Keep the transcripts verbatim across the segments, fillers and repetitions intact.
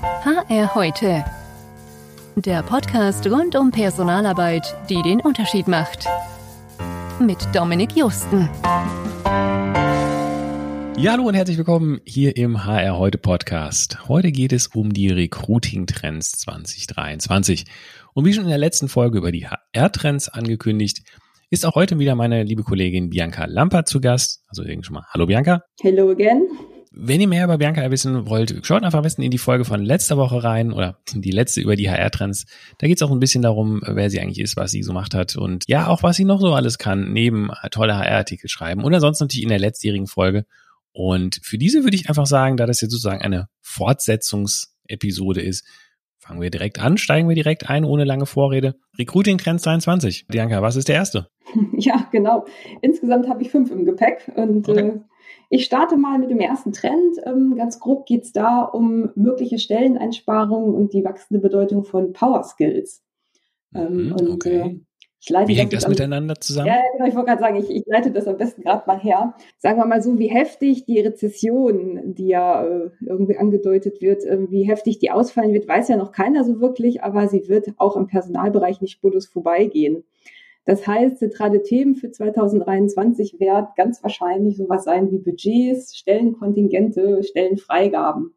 H R heute. Der Podcast rund um Personalarbeit, die den Unterschied macht. Mit Dominik Justen. Ja, hallo und herzlich willkommen hier im H R heute Podcast. Heute geht es um die Recruiting-Trends zwanzig dreiundzwanzig. Und wie schon in der letzten Folge über die H R-Trends angekündigt, ist auch heute wieder meine liebe Kollegin Bianca Lampert zu Gast. Also irgendwie schon mal, hallo Bianca. Hello again. Wenn ihr mehr über Bianca wissen wollt, schaut einfach am besten in die Folge von letzter Woche rein oder die letzte über die H R-Trends. Da geht es auch ein bisschen darum, wer sie eigentlich ist, was sie so gemacht hat und ja, auch was sie noch so alles kann, neben tolle H R-Artikel schreiben oder sonst natürlich in der letztjährigen Folge. Und für diese würde ich einfach sagen, da das jetzt sozusagen eine Fortsetzungsepisode ist, fangen wir direkt an, steigen wir direkt ein, ohne lange Vorrede. Recruiting Trends dreiundzwanzig. Bianca, was ist der erste? Ja, genau. Insgesamt habe ich fünf im Gepäck und okay. äh, ich starte mal mit dem ersten Trend. Ähm, ganz grob geht es da um mögliche Stelleneinsparungen und die wachsende Bedeutung von Power Skills. Ähm, mhm, und, okay. Äh, ich leite wie hängt das, das am, miteinander zusammen? Ja, genau, ich wollte gerade sagen, ich, ich leite das am besten gerade mal her. Sagen wir mal so, wie heftig die Rezession, die ja äh, irgendwie angedeutet wird, äh, wie heftig die ausfallen wird, weiß ja noch keiner so wirklich, aber sie wird auch im Personalbereich nicht spurlos vorbeigehen. Das heißt, zentrale Themen für zwanzig dreiundzwanzig werden ganz wahrscheinlich sowas sein wie Budgets, Stellenkontingente, Stellenfreigaben.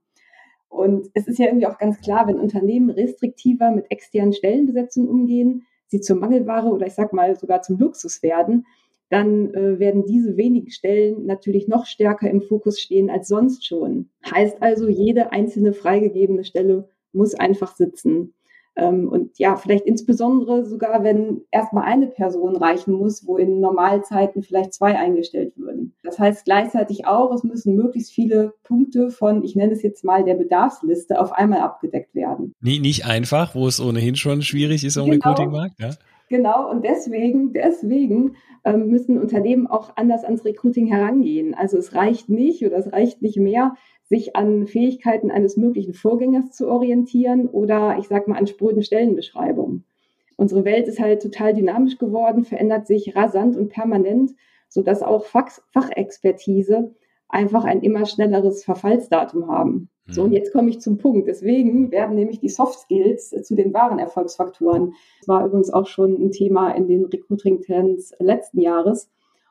Und es ist ja irgendwie auch ganz klar, wenn Unternehmen restriktiver mit externen Stellenbesetzungen umgehen, sie zur Mangelware oder ich sag mal sogar zum Luxus werden, dann äh, werden diese wenigen Stellen natürlich noch stärker im Fokus stehen als sonst schon. Heißt also, jede einzelne freigegebene Stelle muss einfach sitzen. Ähm, und ja, vielleicht insbesondere sogar, wenn erstmal eine Person reichen muss, wo in Normalzeiten vielleicht zwei eingestellt würden. Das heißt gleichzeitig auch, es müssen möglichst viele Punkte von, ich nenne es jetzt mal der Bedarfsliste, auf einmal abgedeckt werden. Nie, nicht einfach, wo es ohnehin schon schwierig ist am Genau. Recruiting-Markt, ja? Genau, und deswegen, deswegen ähm, müssen Unternehmen auch anders ans Recruiting herangehen. Also es reicht nicht oder es reicht nicht mehr, sich an Fähigkeiten eines möglichen Vorgängers zu orientieren oder, ich sag mal, an spröden Stellenbeschreibungen. Unsere Welt ist halt total dynamisch geworden, verändert sich rasant und permanent, sodass auch Fach- Fachexpertise einfach ein immer schnelleres Verfallsdatum haben. Mhm. So, und jetzt komme ich zum Punkt. Deswegen werden nämlich die Soft Skills zu den wahren Erfolgsfaktoren. Das war übrigens auch schon ein Thema in den Recruiting-Trends letzten Jahres.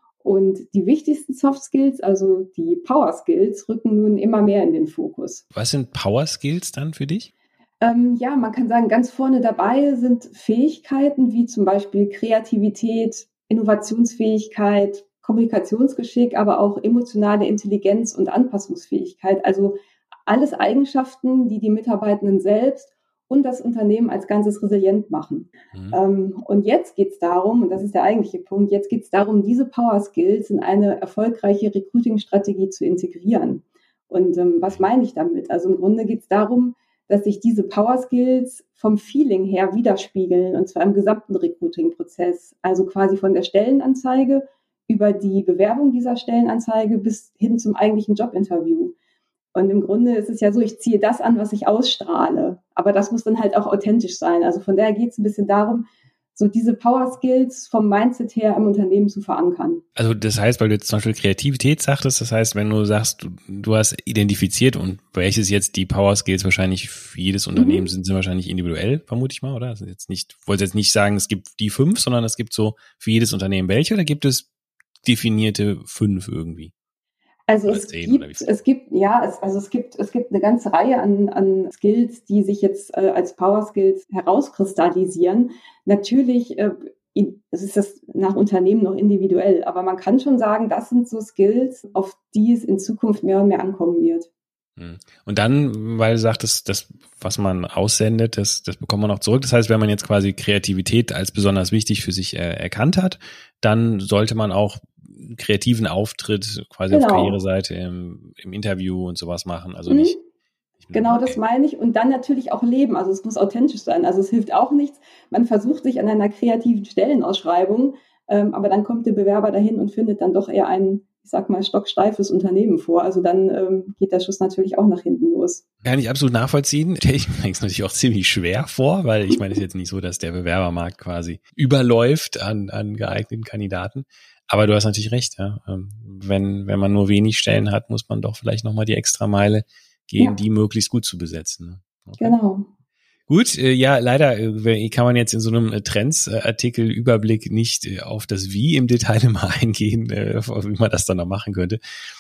Und die wichtigsten Soft Skills, also die Power Skills, rücken nun immer mehr in den Fokus. Was sind Power Skills dann für dich? Ähm, ja, man kann sagen, ganz vorne dabei sind Fähigkeiten wie zum Beispiel Kreativität, Innovationsfähigkeit, Kommunikationsgeschick, aber auch emotionale Intelligenz und Anpassungsfähigkeit. Also alles Eigenschaften, die die Mitarbeitenden selbst und das Unternehmen als Ganzes resilient machen. Mhm. Ähm, und jetzt geht es darum, und das ist der eigentliche Punkt, jetzt geht es darum, diese Power Skills in eine erfolgreiche Recruiting-Strategie zu integrieren. Und ähm, was meine ich damit? Also im Grunde geht es darum, dass sich diese Power Skills vom Feeling her widerspiegeln, und zwar im gesamten Recruiting-Prozess. Also quasi von der Stellenanzeige über die Bewerbung dieser Stellenanzeige bis hin zum eigentlichen Jobinterview. Und im Grunde ist es ja so, ich ziehe das an, was ich ausstrahle. Aber das muss dann halt auch authentisch sein. Also von daher geht es ein bisschen darum, so diese Power Skills vom Mindset her im Unternehmen zu verankern. Also das heißt, weil du jetzt zum Beispiel Kreativität sagtest, das heißt, wenn du sagst, du, du hast identifiziert und welches jetzt die Power Skills wahrscheinlich für jedes Unternehmen mhm. sind, sind wahrscheinlich individuell, vermute ich mal, oder? Also jetzt nicht, ich wollte jetzt nicht sagen, es gibt die fünf, sondern es gibt so für jedes Unternehmen welche, oder gibt es definierte fünf irgendwie? Also es gibt, es gibt, ja, es, also es gibt, es gibt eine ganze Reihe an, an Skills, die sich jetzt äh, als Power Skills herauskristallisieren. Natürlich äh, es ist das nach Unternehmen noch individuell, aber man kann schon sagen, das sind so Skills, auf die es in Zukunft mehr und mehr ankommen wird. Und dann, weil du sagtest, das, was man aussendet, das, das bekommt man auch zurück. Das heißt, wenn man jetzt quasi Kreativität als besonders wichtig für sich äh, erkannt hat, dann sollte man auch kreativen Auftritt quasi genau. auf Karriereseite im, im Interview und sowas machen. Also mhm. nicht. Genau, das meine ich. Und dann natürlich auch leben. Also es muss authentisch sein. Also es hilft auch nichts. Man versucht sich an einer kreativen Stellenausschreibung, ähm, aber dann kommt der Bewerber dahin und findet dann doch eher ein, ich sag mal, stocksteifes Unternehmen vor. Also dann ähm, geht der Schuss natürlich auch nach hinten los. Kann ich absolut nachvollziehen. Stelle ich mir natürlich auch ziemlich schwer vor, weil ich meine, es ist jetzt nicht so, dass der Bewerbermarkt quasi überläuft an, an geeigneten Kandidaten. Aber du hast natürlich recht, ja. Wenn, wenn man nur wenig Stellen hat, muss man doch vielleicht nochmal die Extrameile gehen, ja. die möglichst gut zu besetzen. Okay. Genau. Gut, äh, ja, leider äh, kann man jetzt in so einem äh, Trends-Artikel-Überblick nicht äh, auf das Wie im Detail immer eingehen, äh, wie man das dann noch machen könnte.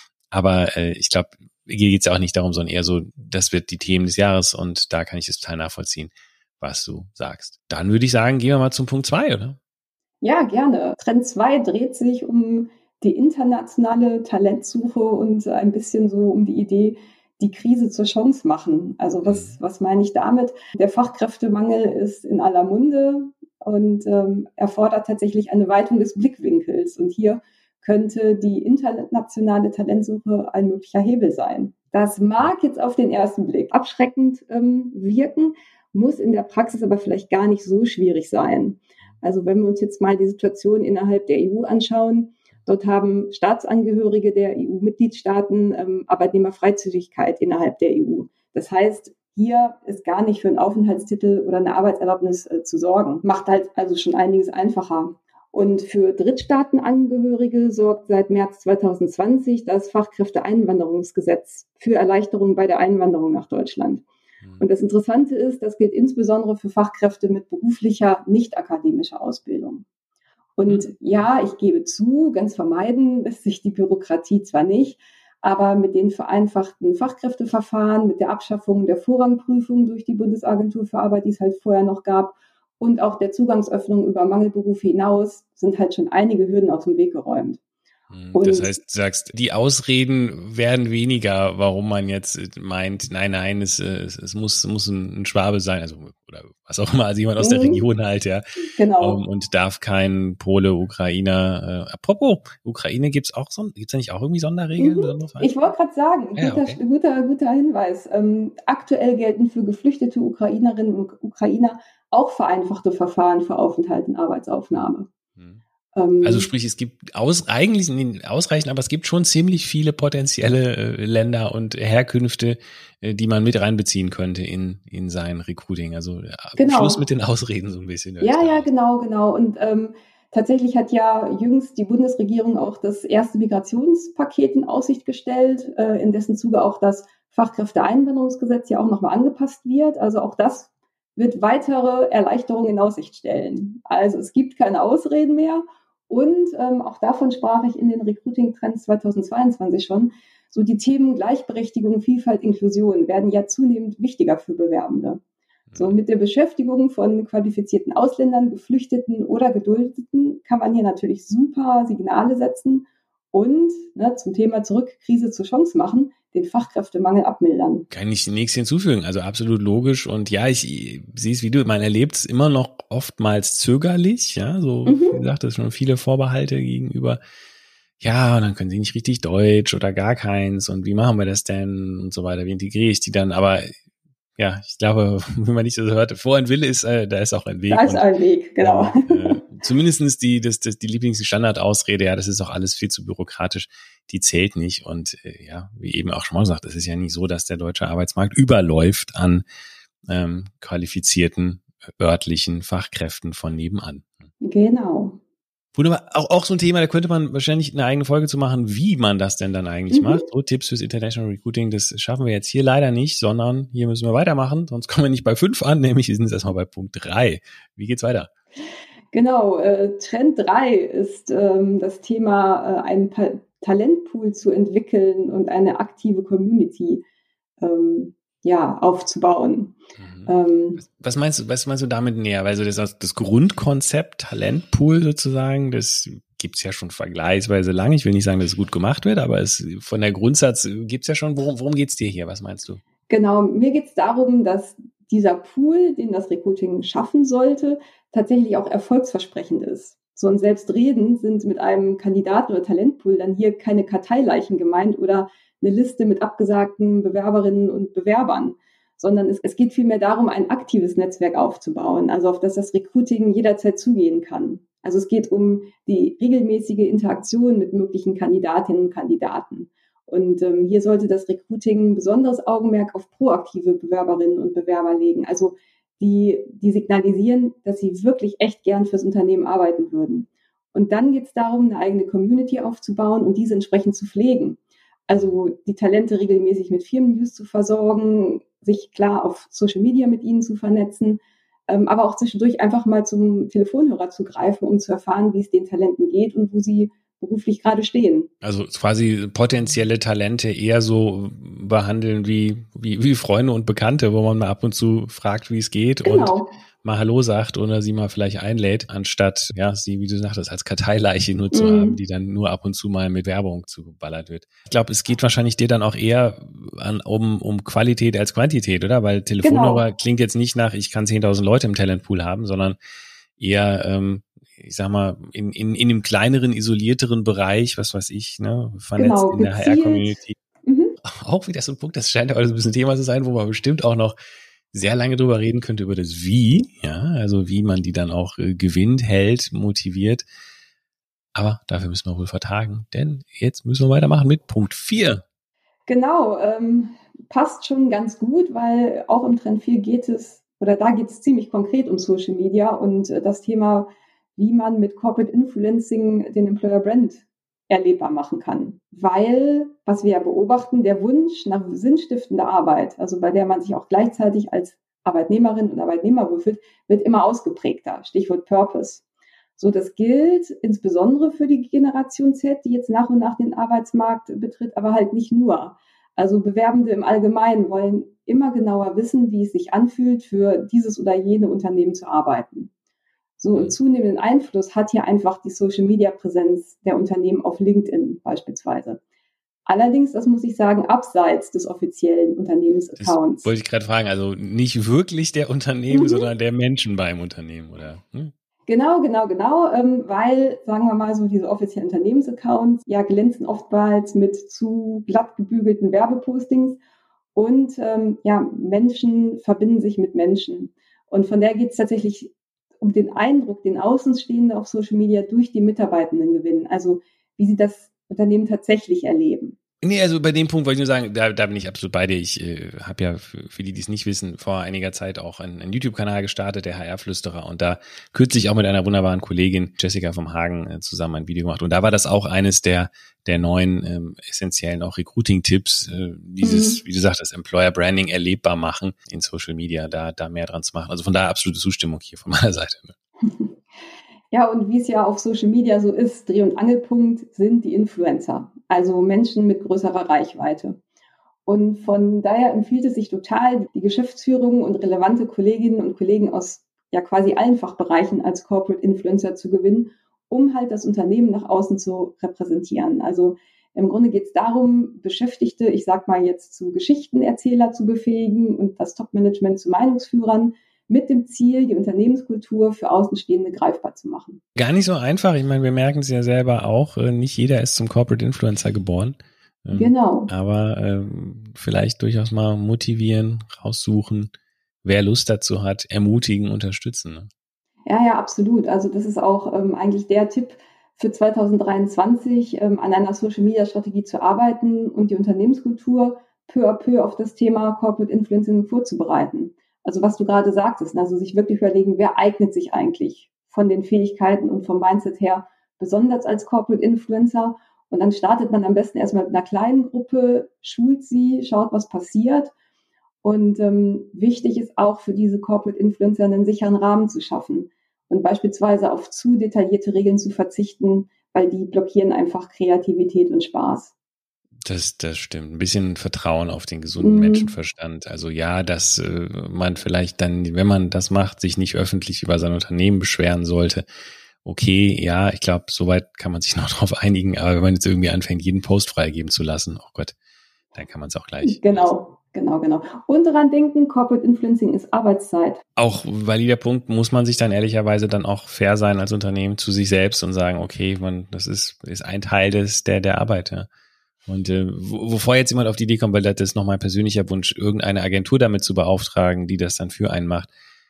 Aber äh, ich glaube, hier geht es ja auch nicht darum, sondern eher so, das wird die Themen des Jahres und da kann ich es total nachvollziehen, was du sagst. Dann würde ich sagen, gehen wir mal zum Punkt zwei, oder? Ja, gerne. Trend zwei dreht sich um die internationale Talentsuche und ein bisschen so um die Idee, die Krise zur Chance machen. Also was, was meine ich damit? Der Fachkräftemangel ist in aller Munde und ähm, erfordert tatsächlich eine Weitung des Blickwinkels. Und hier könnte die internationale Talentsuche ein möglicher Hebel sein. Das mag jetzt auf den ersten Blick abschreckend ähm, wirken, muss in der Praxis aber vielleicht gar nicht so schwierig sein. Also wenn wir uns jetzt mal die Situation innerhalb der E U anschauen, dort haben Staatsangehörige der E U-Mitgliedstaaten ähm, Arbeitnehmerfreizügigkeit innerhalb der E U. Das heißt, hier ist gar nicht für einen Aufenthaltstitel oder eine Arbeitserlaubnis äh, zu sorgen. Macht halt also schon einiges einfacher. Und für Drittstaatenangehörige sorgt seit März zwanzig zwanzig das Fachkräfteeinwanderungsgesetz für Erleichterung bei der Einwanderung nach Deutschland. Und das Interessante ist, das gilt insbesondere für Fachkräfte mit beruflicher, nicht akademischer Ausbildung. Und ja, ich gebe zu, ganz vermeiden lässt sich die Bürokratie zwar nicht, aber mit den vereinfachten Fachkräfteverfahren, mit der Abschaffung der Vorrangprüfung durch die Bundesagentur für Arbeit, die es halt vorher noch gab, und auch der Zugangsöffnung über Mangelberufe hinaus sind halt schon einige Hürden aus dem Weg geräumt. Und das heißt, du sagst, die Ausreden werden weniger, warum man jetzt meint, nein, nein, es, es, es muss, muss ein Schwabe sein, also oder was auch immer, also jemand aus der Region halt, ja. Genau. Um, und darf kein Pole, Ukrainer. Äh, apropos, Ukraine gibt's auch so, gibt's da nicht auch irgendwie Sonderregeln? Mhm. Ich wollte gerade sagen, ja, guter, okay. guter, guter Hinweis. Ähm, aktuell gelten für geflüchtete Ukrainerinnen und Ukrainer auch vereinfachte Verfahren für Aufenthalt und Arbeitsaufnahme. Mhm. Also sprich, es gibt aus, eigentlich nee, ausreichend, aber es gibt schon ziemlich viele potenzielle äh, Länder und Herkünfte, äh, die man mit reinbeziehen könnte in in sein Recruiting. Also äh, Genau. Schluss mit den Ausreden so ein bisschen. Ja, ja, genau, genau. Und ähm, tatsächlich hat ja jüngst die Bundesregierung auch das erste Migrationspaket in Aussicht gestellt, äh, in dessen Zuge auch das Fachkräfteeinwanderungsgesetz ja auch nochmal angepasst wird. Also auch das wird weitere Erleichterungen in Aussicht stellen. Also es gibt keine Ausreden mehr. Und ähm, auch davon sprach ich in den Recruiting-Trends zweitausendzweiundzwanzig schon. So die Themen Gleichberechtigung, Vielfalt, Inklusion werden ja zunehmend wichtiger für Bewerbende. So mit der Beschäftigung von qualifizierten Ausländern, Geflüchteten oder Geduldeten kann man hier natürlich super Signale setzen und ne, zum Thema zurück, Krise zur Chance machen, den Fachkräftemangel abmildern. Kann ich nichts hinzufügen, also absolut logisch. Und ja, ich, ich sehe es wie du, man erlebt es immer noch oftmals zögerlich, ja, so mhm. wie gesagt, es schon viele Vorbehalte gegenüber, ja, und dann können sie nicht richtig Deutsch oder gar keins und wie machen wir das denn und so weiter, wie integriere ich die dann, aber ja, ich glaube, wenn man nicht so hört, vor ein Wille ist, äh, da ist auch ein Weg. Da ist ein Weg, genau. Und, äh, zumindestens die, das, das, die Lieblingsstandardausrede, ja, das ist auch alles viel zu bürokratisch, die zählt nicht. Und äh, ja, wie eben auch schon mal gesagt, es ist ja nicht so, dass der deutsche Arbeitsmarkt überläuft an ähm, qualifizierten örtlichen Fachkräften von nebenan. Genau. Wunderbar. Auch, auch so ein Thema, da könnte man wahrscheinlich eine eigene Folge zu machen, wie man das denn dann eigentlich Mhm. macht. So Tipps fürs International Recruiting, das schaffen wir jetzt hier leider nicht, sondern hier müssen wir weitermachen, sonst kommen wir nicht bei fünf an, nämlich wir sind jetzt erstmal bei Punkt drei. Wie geht's weiter? Genau, äh, Trend drei ist ähm, das Thema, äh, einen pa- Talentpool zu entwickeln und eine aktive Community ähm, ja, aufzubauen. Mhm. Ähm, Was, was meinst du, was meinst du damit näher? Also das, das Grundkonzept Talentpool sozusagen, das gibt's ja schon vergleichsweise lang. Ich will nicht sagen, dass es gut gemacht wird, aber es von der Grundsatz gibt's ja schon. Worum, worum geht's dir hier? Was meinst du? Genau, mir geht es darum, dass dieser Pool, den das Recruiting schaffen sollte, tatsächlich auch erfolgsversprechend ist. So ein Selbstreden sind mit einem Kandidaten- oder Talentpool dann hier keine Karteileichen gemeint oder eine Liste mit abgesagten Bewerberinnen und Bewerbern, sondern es, es geht vielmehr darum, ein aktives Netzwerk aufzubauen, also auf das das Recruiting jederzeit zugehen kann. Also es geht um die regelmäßige Interaktion mit möglichen Kandidatinnen und Kandidaten. Und ähm, hier sollte das Recruiting ein besonderes Augenmerk auf proaktive Bewerberinnen und Bewerber legen, also die, die signalisieren, dass sie wirklich echt gern fürs Unternehmen arbeiten würden. Und dann geht es darum, eine eigene Community aufzubauen und diese entsprechend zu pflegen. Also die Talente regelmäßig mit Firmen-News zu versorgen, sich klar auf Social Media mit ihnen zu vernetzen, ähm, aber auch zwischendurch einfach mal zum Telefonhörer zu greifen, um zu erfahren, wie es den Talenten geht und wo sie beruflich gerade stehen. Also quasi potenzielle Talente eher so behandeln wie, wie, wie Freunde und Bekannte, wo man mal ab und zu fragt, wie es geht Genau. und mal Hallo sagt oder sie mal vielleicht einlädt, anstatt, ja, sie, wie du sagtest, als Karteileiche nur zu Mhm. haben, die dann nur ab und zu mal mit Werbung zugeballert wird. Ich glaube, es geht wahrscheinlich dir dann auch eher an, um, um Qualität als Quantität, oder? Weil Telefonhörer Genau. klingt jetzt nicht nach, ich kann zehntausend Leute im Talentpool haben, sondern eher, ähm, ich sag mal, in, in, in einem kleineren, isolierteren Bereich, was weiß ich, ne, vernetzt Genau, in der gezielt. H R-Community. Mhm. Auch wieder so ein Punkt, das scheint ja auch so ein bisschen Thema zu sein, wo man bestimmt auch noch sehr lange drüber reden könnte, über das Wie, ja, also wie man die dann auch äh, gewinnt, hält, motiviert. Aber dafür müssen wir wohl vertagen, denn jetzt müssen wir weitermachen mit Punkt vier. Genau, ähm, passt schon ganz gut, weil auch im Trend vier geht es, oder da geht es ziemlich konkret um Social Media und äh, das Thema, wie man mit Corporate Influencing den Employer Brand erlebbar machen kann. Weil, was wir ja beobachten, der Wunsch nach sinnstiftender Arbeit, also bei der man sich auch gleichzeitig als Arbeitnehmerin und Arbeitnehmer wohlfühlt, wird immer ausgeprägter. Stichwort Purpose. So, das gilt insbesondere für die Generation Z, die jetzt nach und nach den Arbeitsmarkt betritt, aber halt nicht nur. Also Bewerbende im Allgemeinen wollen immer genauer wissen, wie es sich anfühlt, für dieses oder jene Unternehmen zu arbeiten. So einen zunehmenden Einfluss hat hier einfach die Social-Media-Präsenz der Unternehmen auf LinkedIn beispielsweise. Allerdings, das muss ich sagen, abseits des offiziellen Unternehmensaccounts. Das wollte ich gerade fragen, also nicht wirklich der Unternehmen, Mhm. sondern der Menschen beim Unternehmen, oder? Hm? Genau, genau, genau, ähm, weil, sagen wir mal so, diese offiziellen Unternehmensaccounts ja glänzen oftmals mit zu glatt gebügelten Werbepostings und ähm, ja, Menschen verbinden sich mit Menschen. Und von der geht es tatsächlich um den Eindruck, den Außenstehende auf Social Media durch die Mitarbeitenden gewinnen, also wie sie das Unternehmen tatsächlich erleben. Nee, also bei dem Punkt wollte ich nur sagen, da, da bin ich absolut bei dir. Ich äh, habe ja, für, für die, die es nicht wissen, vor einiger Zeit auch einen, einen YouTube-Kanal gestartet, der H R-Flüsterer, und da kürzlich auch mit einer wunderbaren Kollegin, Jessica vom Hagen, äh, zusammen ein Video gemacht. Und da war das auch eines der der neuen ähm, essentiellen auch Recruiting-Tipps, äh, dieses, mhm. wie du sagst, das Employer-Branding erlebbar machen in Social Media, da da mehr dran zu machen. Also von daher absolute Zustimmung hier von meiner Seite. Ja, und wie es ja auf Social Media so ist, Dreh- und Angelpunkt sind die Influencer, also Menschen mit größerer Reichweite. Und von daher empfiehlt es sich total, die Geschäftsführung und relevante Kolleginnen und Kollegen aus ja quasi allen Fachbereichen als Corporate Influencer zu gewinnen, um halt das Unternehmen nach außen zu repräsentieren. Also im Grunde geht es darum, Beschäftigte, ich sag mal jetzt zu Geschichtenerzähler zu befähigen und das Top-Management zu Meinungsführern, mit dem Ziel, die Unternehmenskultur für Außenstehende greifbar zu machen. Gar nicht so einfach. Ich meine, wir merken es ja selber auch. Nicht jeder ist zum Corporate Influencer geboren. Genau. Aber ähm, vielleicht durchaus mal motivieren, raussuchen, wer Lust dazu hat, ermutigen, unterstützen. Ne? Ja, ja, absolut. Also das ist auch ähm, eigentlich der Tipp für zwanzig dreiundzwanzig, ähm, an einer Social-Media-Strategie zu arbeiten und die Unternehmenskultur peu à peu auf das Thema Corporate Influencing vorzubereiten. Also was du gerade sagtest, also sich wirklich überlegen, wer eignet sich eigentlich von den Fähigkeiten und vom Mindset her besonders als Corporate Influencer. Und dann startet man am besten erstmal mit einer kleinen Gruppe, schult sie, schaut, was passiert. Und ähm, wichtig ist auch für diese Corporate Influencer einen sicheren Rahmen zu schaffen und beispielsweise auf zu detaillierte Regeln zu verzichten, weil die blockieren einfach Kreativität und Spaß. Das, das stimmt. Ein bisschen Vertrauen auf den gesunden mm. Menschenverstand. Also ja, dass äh, man vielleicht dann, wenn man das macht, sich nicht öffentlich über sein Unternehmen beschweren sollte. Okay, ja, ich glaube, soweit kann man sich noch drauf einigen. Aber wenn man jetzt irgendwie anfängt, jeden Post freigeben zu lassen, oh Gott, dann kann man es auch gleich. Genau. Lassen. Genau, genau. Und daran denken, Corporate Influencing ist Arbeitszeit. Auch valider Punkt, muss man sich dann ehrlicherweise dann auch fair sein als Unternehmen zu sich selbst und sagen, okay, man, das ist, ist ein Teil des, der, der Arbeit, ja. Und äh, wovor jetzt jemand auf die Idee kommt, weil das ist noch mein persönlicher Wunsch, irgendeine Agentur damit zu beauftragen, die das dann für einen macht,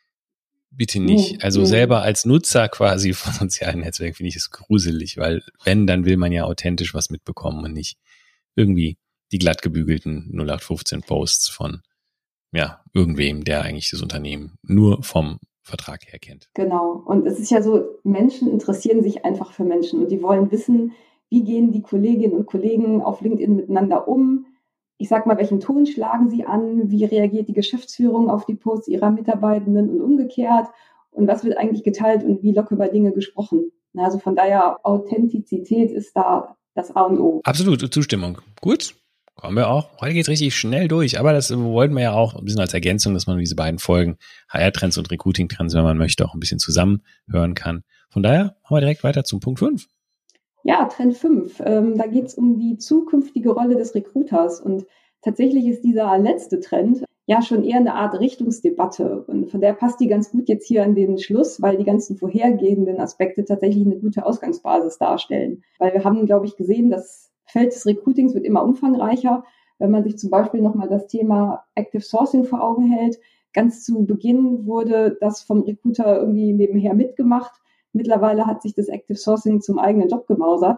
bitte nicht. Also nee. selber als Nutzer quasi von sozialen Netzwerken finde ich es gruselig, weil wenn, dann will man ja authentisch was mitbekommen und nicht irgendwie die glatt gebügelten null acht fünfzehn Posts von ja irgendwem, der eigentlich das Unternehmen nur vom Vertrag her kennt. Genau. Und es ist ja so, Menschen interessieren sich einfach für Menschen und die wollen wissen, wie gehen die Kolleginnen und Kollegen auf LinkedIn miteinander um. ich sag mal, welchen Ton schlagen sie an? Wie reagiert die Geschäftsführung auf die Posts ihrer Mitarbeitenden und umgekehrt? Und was wird eigentlich geteilt und wie locker über Dinge gesprochen? Also von daher, Authentizität ist da das A und O. Absolut, Zustimmung. Gut, kommen wir auch. Heute geht's richtig schnell durch, aber das wollten wir ja auch ein bisschen als Ergänzung, dass man diese beiden Folgen, H R-Trends und Recruiting-Trends, wenn man möchte, auch ein bisschen zusammenhören kann. Von daher machen wir direkt weiter zum Punkt fünf. Ja, Trend fünf. Ähm, da geht's um die zukünftige Rolle des Recruiters. Und tatsächlich ist dieser letzte Trend ja schon eher eine Art Richtungsdebatte. Und von der passt die ganz gut jetzt hier an den Schluss, weil die ganzen vorhergehenden Aspekte tatsächlich eine gute Ausgangsbasis darstellen. Weil wir haben, glaube ich, gesehen, das Feld des Recruitings wird immer umfangreicher. Wenn man sich zum Beispiel nochmal das Thema Active Sourcing vor Augen hält. Ganz zu Beginn wurde das vom Recruiter irgendwie nebenher mitgemacht. Mittlerweile hat sich das Active Sourcing zum eigenen Job gemausert.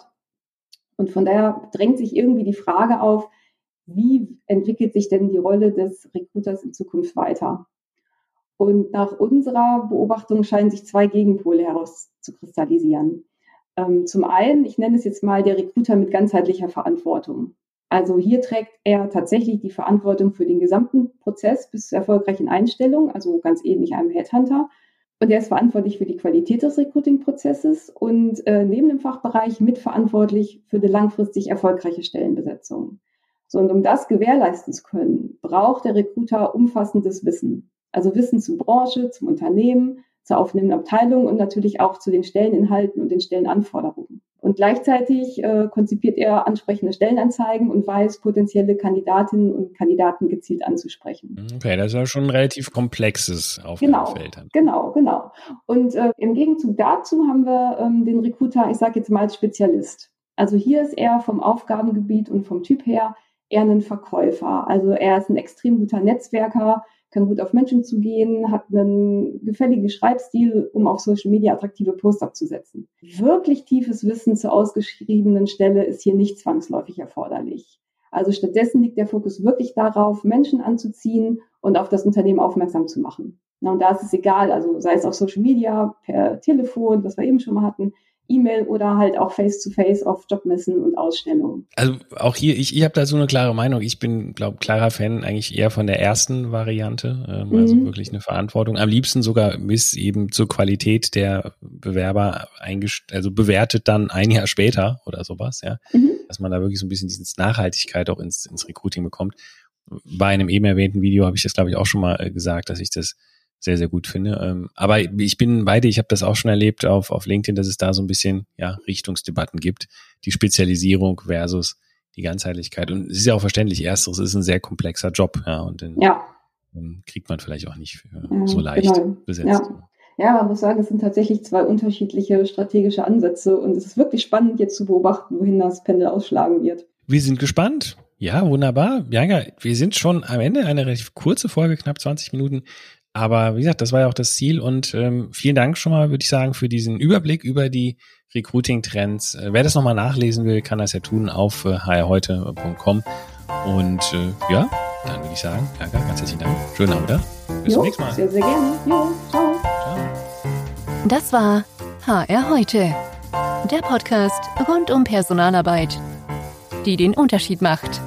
Und von daher drängt sich irgendwie die Frage auf, wie entwickelt sich denn die Rolle des Recruiters in Zukunft weiter? Und nach unserer Beobachtung scheinen sich zwei Gegenpole herauszukristallisieren. Ähm, zum einen, ich nenne es jetzt mal der Recruiter mit ganzheitlicher Verantwortung. Also hier trägt er tatsächlich die Verantwortung für den gesamten Prozess bis zur erfolgreichen Einstellung, also ganz ähnlich einem Headhunter. Und er ist verantwortlich für die Qualität des Recruiting-Prozesses und äh, neben dem Fachbereich mitverantwortlich für eine langfristig erfolgreiche Stellenbesetzung. So, und um das gewährleisten zu können, braucht der Recruiter umfassendes Wissen. Also Wissen zur Branche, zum Unternehmen, zur aufnehmenden Abteilung und natürlich auch zu den Stelleninhalten und den Stellenanforderungen. Und gleichzeitig äh, konzipiert er ansprechende Stellenanzeigen und weiß, potenzielle Kandidatinnen und Kandidaten gezielt anzusprechen. Okay, das ist ja schon ein relativ komplexes Aufgabenfeld. Genau, genau, genau. Und äh, im Gegenzug dazu haben wir ähm, den Recruiter, ich sage jetzt mal als Spezialist. Also hier ist er vom Aufgabengebiet und vom Typ her eher ein Verkäufer. Also er ist ein extrem guter Netzwerker, kann gut auf Menschen zugehen, hat einen gefälligen Schreibstil, um auf Social Media attraktive Posts abzusetzen. Wirklich tiefes Wissen zur ausgeschriebenen Stelle ist hier nicht zwangsläufig erforderlich. Also stattdessen liegt der Fokus wirklich darauf, Menschen anzuziehen und auf das Unternehmen aufmerksam zu machen. Na, und da ist es egal, also sei es auf Social Media, per Telefon, was wir eben schon mal hatten, E-Mail oder halt auch Face-to-Face auf Jobmessen und Ausstellungen. Also auch hier, ich, ich habe da so eine klare Meinung. Ich bin, glaube klarer Fan eigentlich eher von der ersten Variante, ähm, mhm. also wirklich eine Verantwortung. Am liebsten sogar bis eben zur Qualität der Bewerber eingest- also bewertet dann ein Jahr später oder sowas, ja, mhm. dass man da wirklich so ein bisschen diese Nachhaltigkeit auch ins, ins Recruiting bekommt. Bei einem eben erwähnten Video habe ich das, glaube ich, auch schon mal gesagt, dass ich das sehr, sehr gut finde. Aber ich bin bei dir, ich habe das auch schon erlebt auf, auf LinkedIn, dass es da so ein bisschen ja Richtungsdebatten gibt. Die Spezialisierung versus die Ganzheitlichkeit. Und es ist ja auch verständlich, ersteres ist ein sehr komplexer Job, ja, und den ja. kriegt man vielleicht auch nicht ja, so leicht genau. besetzt. Ja. ja, man muss sagen, es sind tatsächlich zwei unterschiedliche strategische Ansätze und es ist wirklich spannend, jetzt zu beobachten, wohin das Pendel ausschlagen wird. Wir sind gespannt. Ja, wunderbar. Bianca, wir sind schon am Ende, eine relativ kurze Folge, knapp zwanzig Minuten. Aber wie gesagt, das war ja auch das Ziel und ähm, vielen Dank schon mal, würde ich sagen, für diesen Überblick über die Recruiting-Trends. Äh, wer das nochmal nachlesen will, kann das ja tun auf äh, h r heute punkt com. Und äh, ja, dann würde ich sagen, Bianca, ganz herzlichen Dank. Schönen Abend, oder? Bis jo, zum nächsten Mal. Sehr, sehr gerne. Jo, ciao. Ciao. Das war H R heute, der Podcast rund um Personalarbeit, die den Unterschied macht.